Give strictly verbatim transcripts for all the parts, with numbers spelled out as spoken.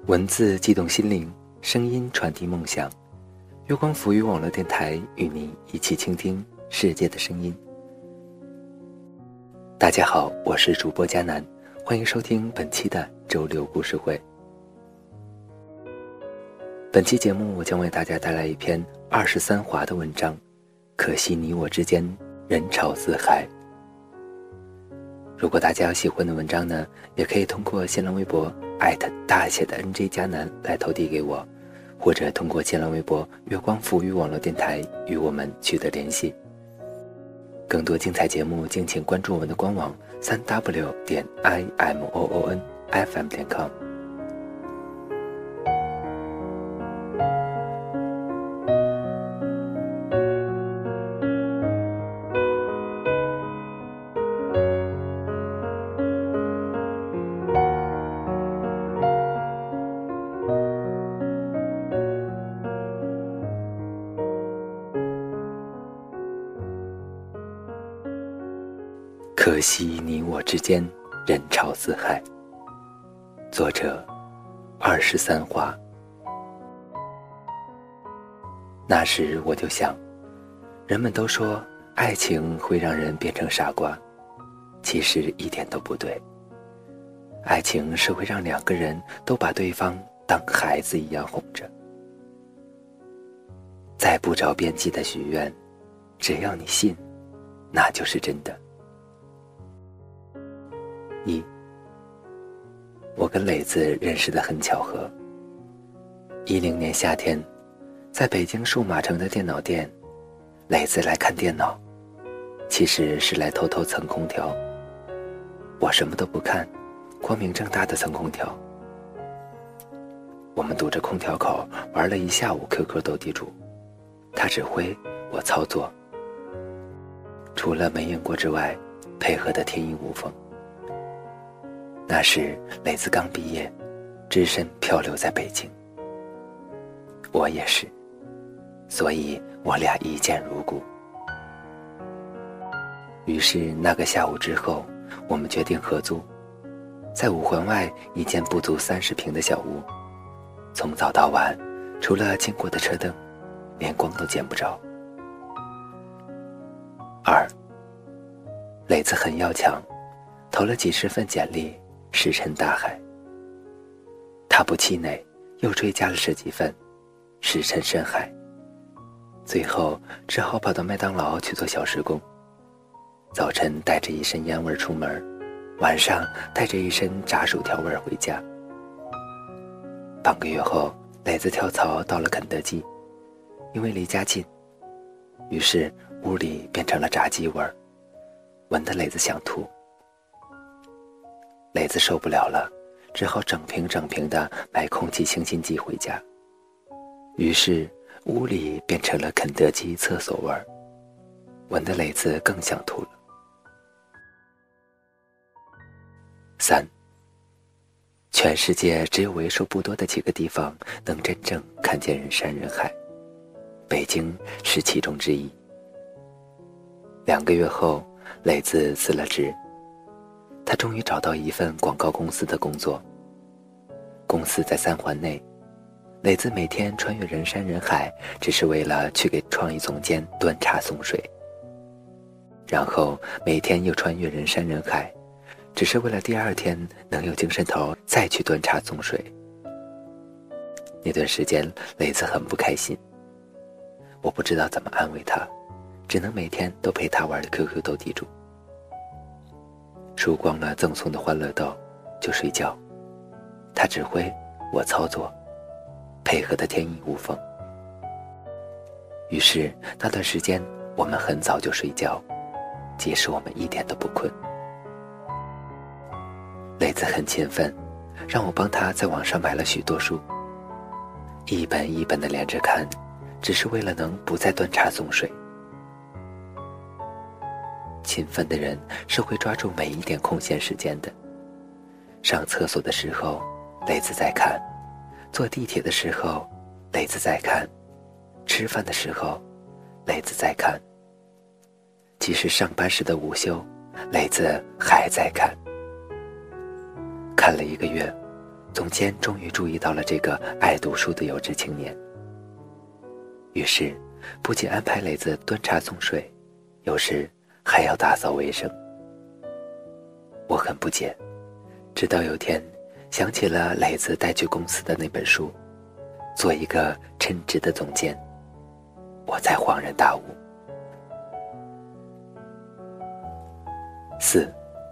文字激动心灵，声音传递梦想。月光浮语网络电台与你一起倾听世界的声音。大家好，我是主播佳南，欢迎收听本期的周六故事会。本期节目我将为大家带来一篇二十三华的文章，可惜你我之间人潮四海。如果大家有喜欢的文章呢，也可以通过新浪微博艾特大写的 N J 加南来投递给我，或者通过新浪微博月光浮语网络电台与我们取得联系。更多精彩节目敬请关注我们的官网 三 w 点 i m o o n f m 点 com。可惜你我之间人潮四海。作者二十三华。那时我就想，人们都说爱情会让人变成傻瓜，其实一点都不对。爱情是会让两个人都把对方当孩子一样哄着。再不着边际的许愿，只要你信，那就是真的。一，我跟磊子认识得很巧合。一零年夏天，在北京数码城的电脑店，磊子来看电脑，其实是来偷偷蹭空调。我什么都不看，光明正大的蹭空调。我们堵着空调口玩了一下午 Q Q 斗地主，他指挥，我操作。除了没赢过之外，配合得天衣无缝。那时磊子刚毕业，只身漂流在北京。我也是，所以我俩一见如故。于是那个下午之后，我们决定合租，在五环外一间不足三十平的小屋，从早到晚，除了经过的车灯，连光都见不着。二，磊子很要强，投了几十份简历，石沉大海。他不气馁，又追加了十几份，石沉深海。最后只好跑到麦当劳去做小时工，早晨带着一身烟味出门，晚上带着一身炸薯条味回家。半个月后，磊子跳槽到了肯德基，因为离家近，于是屋里变成了炸鸡味儿，闻得磊子想吐。磊子受不了了，只好整瓶整瓶的买空气清新剂回家，于是屋里变成了肯德基厕所味儿，闻得磊子更想吐了。三，全世界只有为数不多的几个地方能真正看见人山人海，北京是其中之一。两个月后，磊子辞了职，他终于找到一份广告公司的工作。公司在三环内，磊子每天穿越人山人海，只是为了去给创意总监端茶送水，然后每天又穿越人山人海，只是为了第二天能有精神头再去端茶送水。那段时间磊子很不开心，我不知道怎么安慰他，只能每天都陪他玩 Q Q 斗地主。输光了赠送的欢乐豆就睡觉，他指挥，我操作，配合得天衣无缝。于是那段时间我们很早就睡觉，即使我们一点都不困。磊子很勤奋，让我帮他在网上买了许多书，一本一本的连着看，只是为了能不再端茶送水。勤奋的人是会抓住每一点空闲时间的。上厕所的时候，磊子在看；坐地铁的时候，磊子在看；吃饭的时候，磊子在看。即使上班时的午休，磊子还在看。看了一个月， 总监终于注意到了这个爱读书的有志青年，于是不仅安排磊子端茶送水，有时还要打扫卫生。我很不解，直到有天想起了磊子带去公司的那本书，做一个称职的总监，我才恍然大悟。四，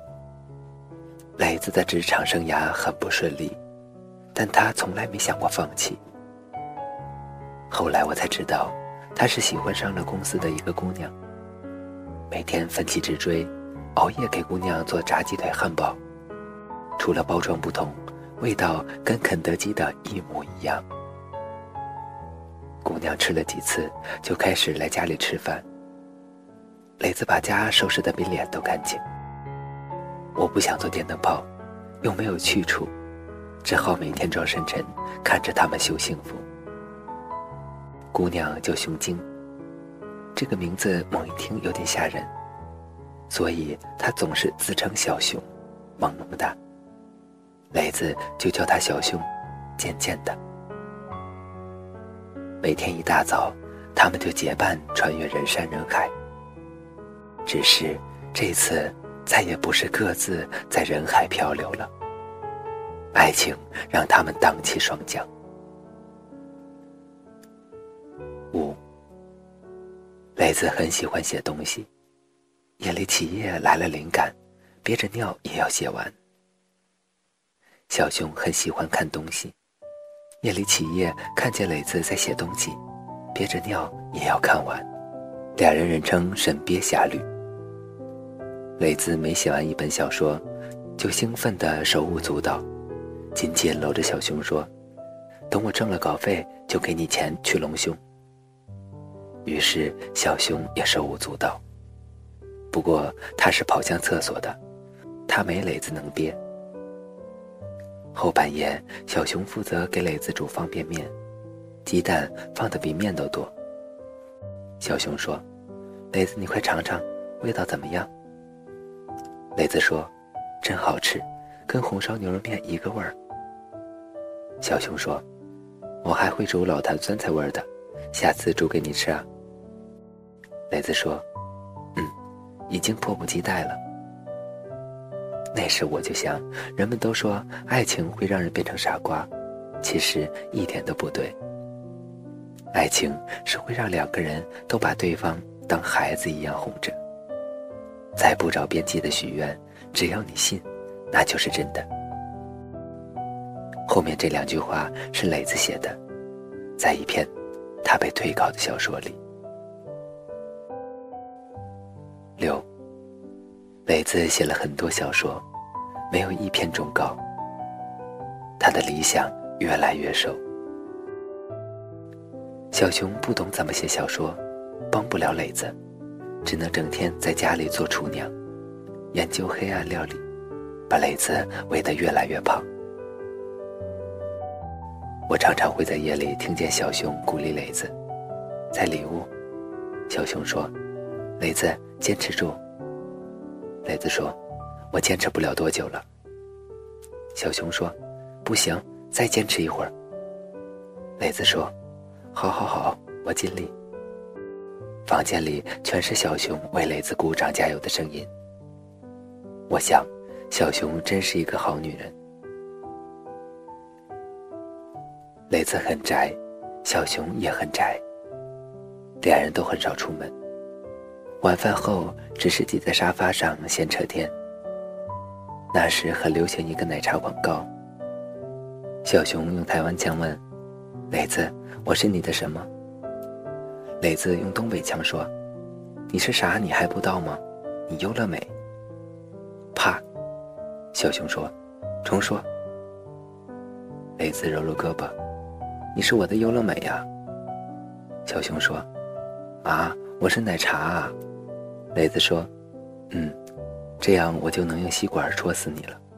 磊子的职场生涯很不顺利，但他从来没想过放弃。后来我才知道，他是喜欢上了公司的一个姑娘，每天奋起直追，熬夜给姑娘做炸鸡腿汉堡，除了包装不同，味道跟肯德基的一模一样。姑娘吃了几次就开始来家里吃饭，磊子把家收拾得比脸都干净。我不想做电灯泡，又没有去处，只好每天装深沉，看着他们秀幸福。姑娘叫熊精，这个名字猛一听有点吓人，所以她总是自称小熊，萌萌哒。磊子就叫她小熊，贱贱的。每天一大早，他们就结伴穿越人山人海。只是这次再也不是各自在人海漂流了，爱情让他们荡起双桨。五，磊子很喜欢写东西，夜里起夜来了灵感，憋着尿也要写完。小熊很喜欢看东西，夜里起夜看见磊子在写东西，憋着尿也要看完，俩人人称神憋侠侣。磊子每写完一本小说，就兴奋得手舞足蹈，紧紧搂着小熊说：“等我挣了稿费，就给你钱去隆胸。”于是小熊也手舞足蹈，不过他是跑向厕所的，他没磊子能憋。后半夜，小熊负责给磊子煮方便面，鸡蛋放得比面都多。小熊说：“磊子，你快尝尝，味道怎么样？”磊子说：“真好吃，跟红烧牛肉面一个味儿。”小熊说：“我还会煮老坛酸菜味儿的，下次煮给你吃啊。”磊子说：“嗯，已经迫不及待了。”那时我就想，人们都说爱情会让人变成傻瓜，其实一点都不对。爱情是会让两个人都把对方当孩子一样哄着，再不着边际的许愿，只要你信，那就是真的。后面这两句话是磊子写的，在一篇他被退稿的小说里。六，磊子写了很多小说，没有一篇中稿，他的理想越来越瘦。小熊不懂怎么写小说，帮不了磊子，只能整天在家里做厨娘，研究黑暗料理，把磊子喂得越来越胖。我常常会在夜里听见小熊鼓励磊子：“在里屋。”小熊说：“磊子，坚持住。”磊子说：“我坚持不了多久了。”小熊说：“不行，再坚持一会儿。”磊子说：“好好好，我尽力。”房间里全是小熊为磊子鼓掌加油的声音。我想，小熊真是一个好女人。磊子很宅，小熊也很宅，两人都很少出门，晚饭后只是挤在沙发上闲扯天。那时很流行一个奶茶广告，小熊用台湾腔问：“磊子，我是你的什么？”磊子用东北腔说：“你是啥？你还不到吗？你优乐美。”啪！小熊说：“重说。”磊子揉揉胳膊：“你是我的优乐美呀。”小熊说：“啊，我是奶茶啊。”磊子说：“嗯，这样我就能用吸管戳死你了。”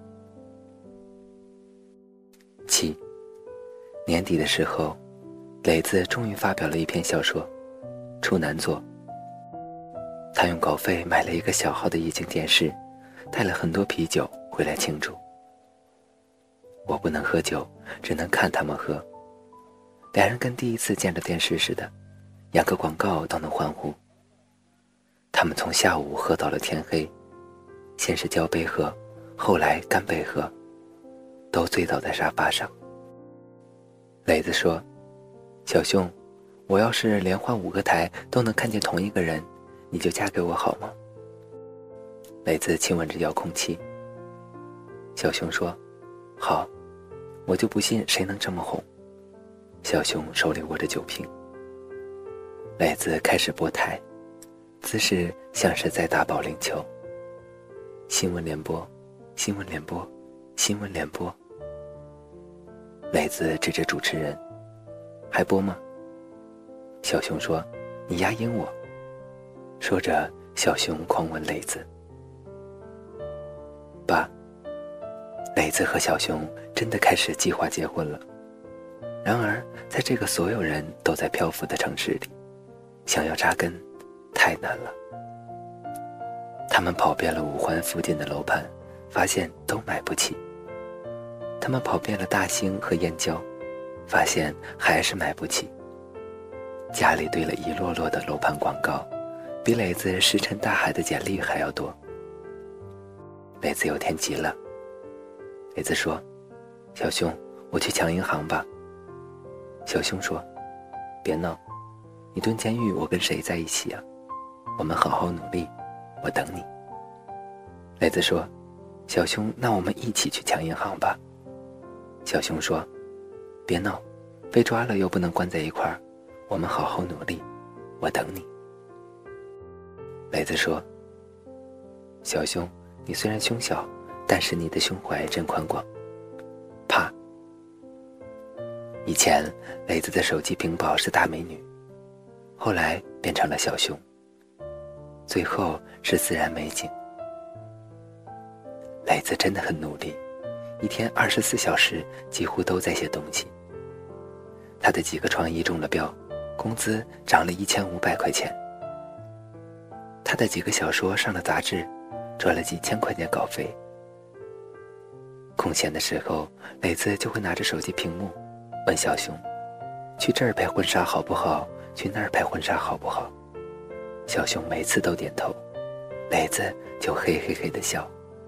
七，年底的时候，磊子终于发表了一篇小说，处男作。他用稿费买了一个小号的液晶电视，带了很多啤酒回来庆祝。 我不能喝酒，只能看他们喝。两人跟第一次见着电视似的，演个广告都能欢呼。他们从下午喝到了天黑，先是交杯喝，后来干杯喝，都醉倒在沙发上。磊子说：小兄，我要是连换五个台都能看见同一个人，你就嫁给我好吗？磊子亲吻着遥控器。小熊说：好，我就不信谁能这么哄。小熊手里握着酒瓶。磊子开始拨台，姿势像是在打保龄球。新闻联播，新闻联播，新闻联播。磊子指着主持人：还播吗？小熊说：你压阴我。说着，小熊狂吻磊子。爸，磊子和小熊真的开始计划结婚了。然而在这个所有人都在漂浮的城市里，想要扎根太难了。他们跑遍了五环附近的楼盘，发现都买不起。他们跑遍了大兴和燕郊，发现还是买不起。家里堆了一摞摞的楼盘广告，比磊子石沉大海的简历还要多。磊子有天急了。磊子说：小熊，我去抢银行吧。小熊说：别闹，你蹲监狱我跟谁在一起啊？我们好好努力，我等你。磊子说：小熊，那我们一起去抢银行吧。小熊说：别闹，被抓了又不能关在一块儿，我们好好努力，我等你。磊子说：小熊，你虽然胸小，但是你的胸怀真宽广。啪！以前磊子的手机屏保是大美女，后来变成了小熊，最后是自然美景。磊子真的很努力，一天二十四小时几乎都在写东西。他的几个创意中了标，工资涨了一千五百块钱。他的几个小说上了杂志，赚了几千块钱稿费。空闲的时候，磊子就会拿着手机屏幕问小熊：去这儿拍婚纱好不好？去那儿拍婚纱好不好？小熊每次都点头，磊子就嘿嘿嘿地笑。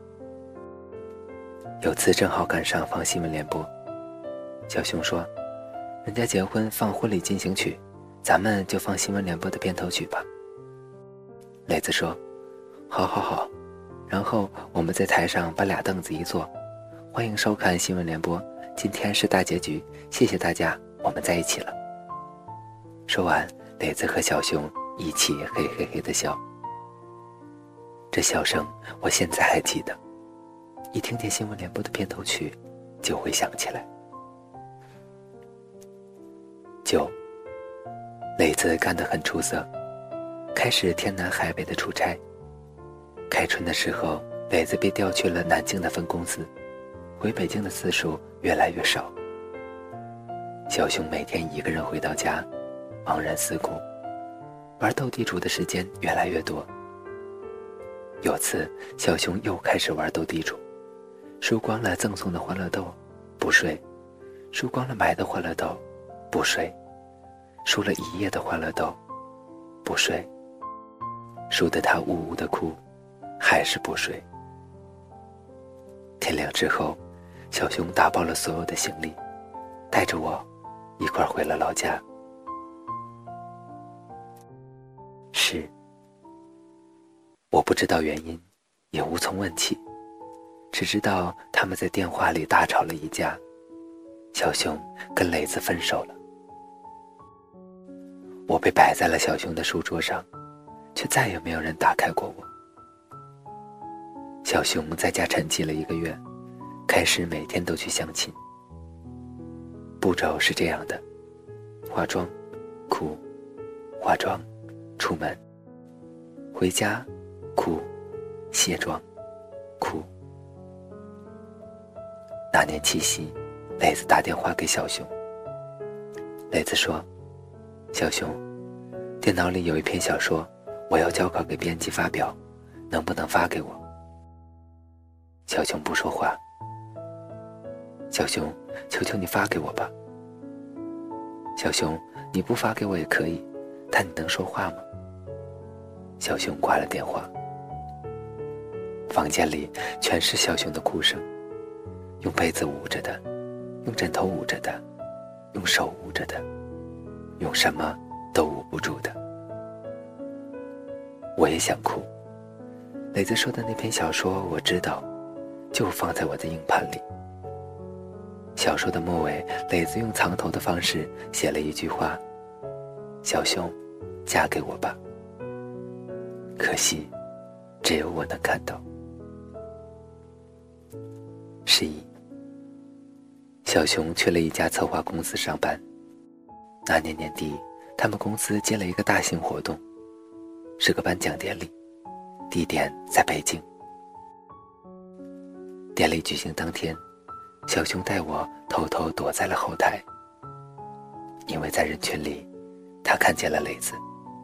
有次正好赶上放新闻联播，小熊说：人家结婚放婚礼进行曲，咱们就放新闻联播的片头曲吧。磊子说：好好好，然后我们在台上把俩凳子一坐，欢迎收看新闻联播，今天是大结局，谢谢大家，我们在一起了。说完，磊子和小熊一起嘿嘿嘿地笑。这笑声我现在还记得，一听见新闻联播的片头曲就会想起来。九，磊子干得很出色，开始天南海北的出差。开春的时候，磊子被调去了南京的分公司，回北京的次数越来越少。小熊每天一个人回到家，茫然四顾，玩斗地主的时间越来越多。有次小熊又开始玩斗地主，输光了赠送的欢乐豆，不睡，输光了买的欢乐豆，不睡，输了一夜的欢乐豆，不睡，输得他呜呜地哭，还是不睡。天亮之后，小熊打包了所有的行李，带着我一块儿回了老家。是，我不知道原因，也无从问起，只知道他们在电话里大吵了一架，小熊跟磊子分手了。我被摆在了小熊的书桌上，却再也没有人打开过我。小熊在家沉寂了一个月，开始每天都去相亲。步骤是这样的：化妆、哭、化妆、出门，回家、哭、卸妆、哭。那年七夕，磊子打电话给小熊。磊子说：小熊，电脑里有一篇小说，我要交稿给编辑发表，能不能发给我？小熊不说话。 小熊，求求你发给我吧。小熊，你不发给我也可以，但你能说话吗？小熊挂了电话。房间里全是小熊的哭声，用被子捂着的，用枕头捂着的，用手捂着的，用什么都捂不住的。我也想哭。磊子说的那篇小说我知道，就放在我的硬盘里。小说的末尾，磊子用藏头的方式写了一句话：小熊，嫁给我吧。可惜只有我能看到。十一，小熊去了一家策划公司上班。那年年底，他们公司接了一个大型活动，是个颁奖典礼，地点在北京。典礼举行当天，小熊带我偷偷躲在了后台，因为在人群里，他看见了磊子。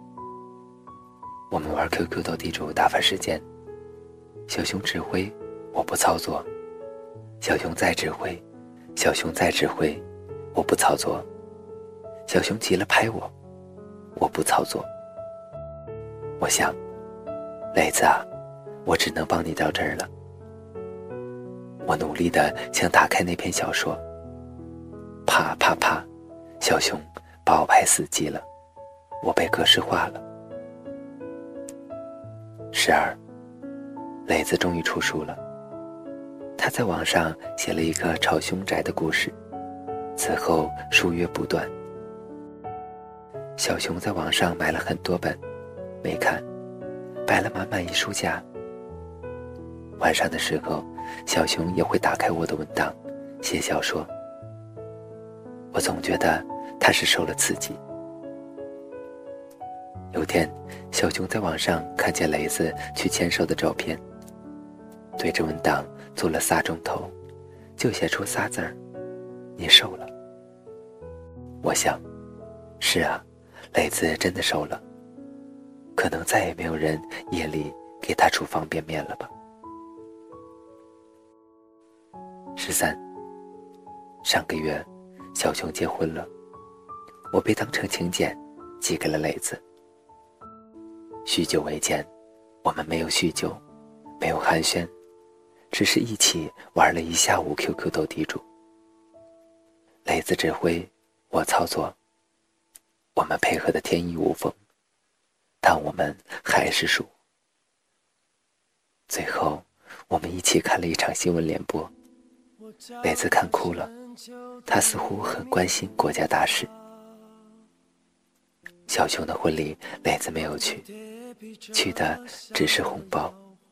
我们玩 Q Q 斗地主打发时间，小熊指挥，我不操作；小熊再指挥，小熊再指挥，我不操作；小熊急了拍我，我不操作。我想，磊子啊，我只能帮你到这儿了。我努力地想打开那篇小说，啪啪啪，小熊把我拍死机了，我被格式化了。十二，磊子终于出书了。他在网上写了一个炒凶宅的故事，此后书约不断。小熊在网上买了很多本，没看，摆了满满一书架。晚上的时候，小熊也会打开我的文档，写小说。我总觉得他是受了刺激。有天，小熊在网上看见雷子去签售的照片，对着文档做了仨钟头，就写出仨字儿：你瘦了。我想，是啊，雷子真的瘦了，可能再也没有人夜里给他煮方便面了吧。十三，上个月小熊结婚了，我被当成请柬寄给了磊子。许久未见，我们没有叙旧，没有寒暄，只是一起玩了一下午 Q Q 斗地主。磊子指挥，我操作，我们配合得天衣无缝，但我们还是输。最后我们一起看了一场新闻联播，磊子看哭了，他似乎很关心国家大事。小熊的婚礼，磊子没有去，去的只是红包。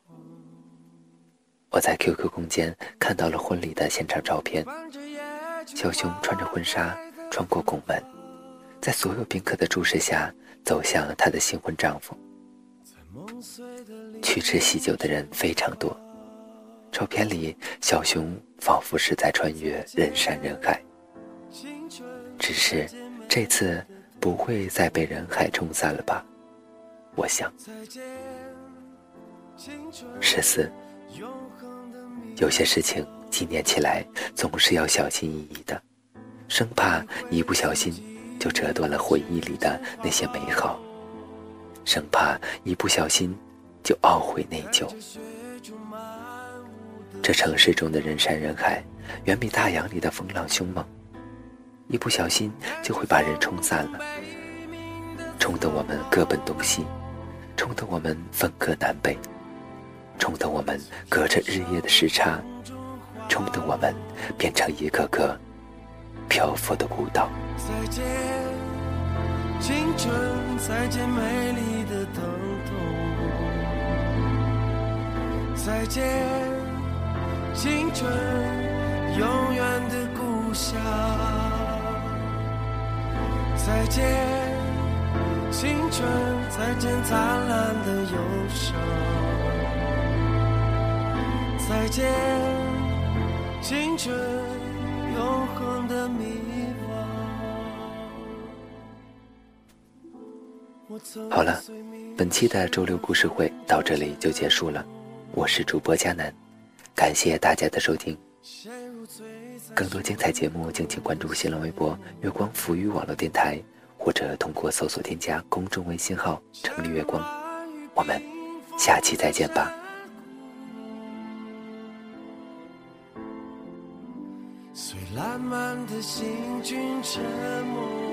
我在 Q Q 空间看到了婚礼的现场照片，小熊穿着婚纱穿过拱门，在所有宾客的注视下走向她的新婚丈夫。去吃喜酒的人非常多，照片里小熊仿佛是在穿越人山人海，只是这次不会再被人海冲散了吧，我想。十四，有些事情纪念起来总是要小心翼翼的，生怕一不小心就折断了回忆里的那些美好，生怕一不小心就懊悔内疚。这城市中的人山人海远比大洋里的风浪凶猛，一不小心就会把人冲散了，冲得我们各奔东西，冲得我们分隔南北，冲得我们隔着日夜的时差，冲得我们变成一个个漂浮的孤岛。 再见青春，再见美丽的疼痛，再见青春永远的故乡，再见青春，再见灿烂的忧伤，再见青春永恒的迷惘。 好了，本期的周六故事会到这里就结束了，我是主播佳楠，感谢大家的收听， 更多精彩节目，敬请关注新浪微博月光浮语网络电台，或者通过搜索添加公众微信号城里月光。我们下期再见吧。 随烂漫的行军沉默，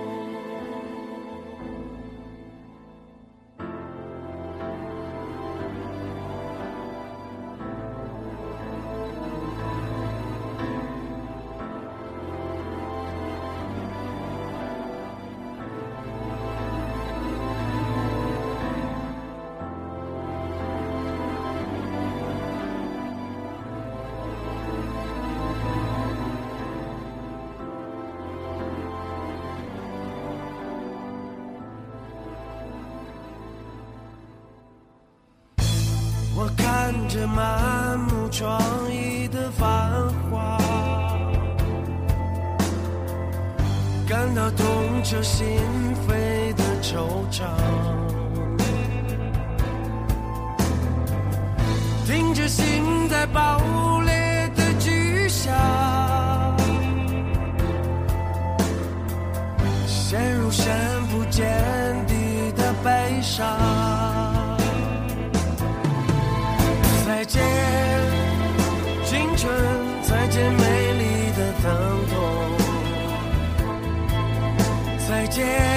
我看着满目疮痍的繁华，感到痛彻心扉的惆怅，听着心在爆裂的巨响，陷入深不见底的悲伤。再见青春，再见美丽的疼痛，再见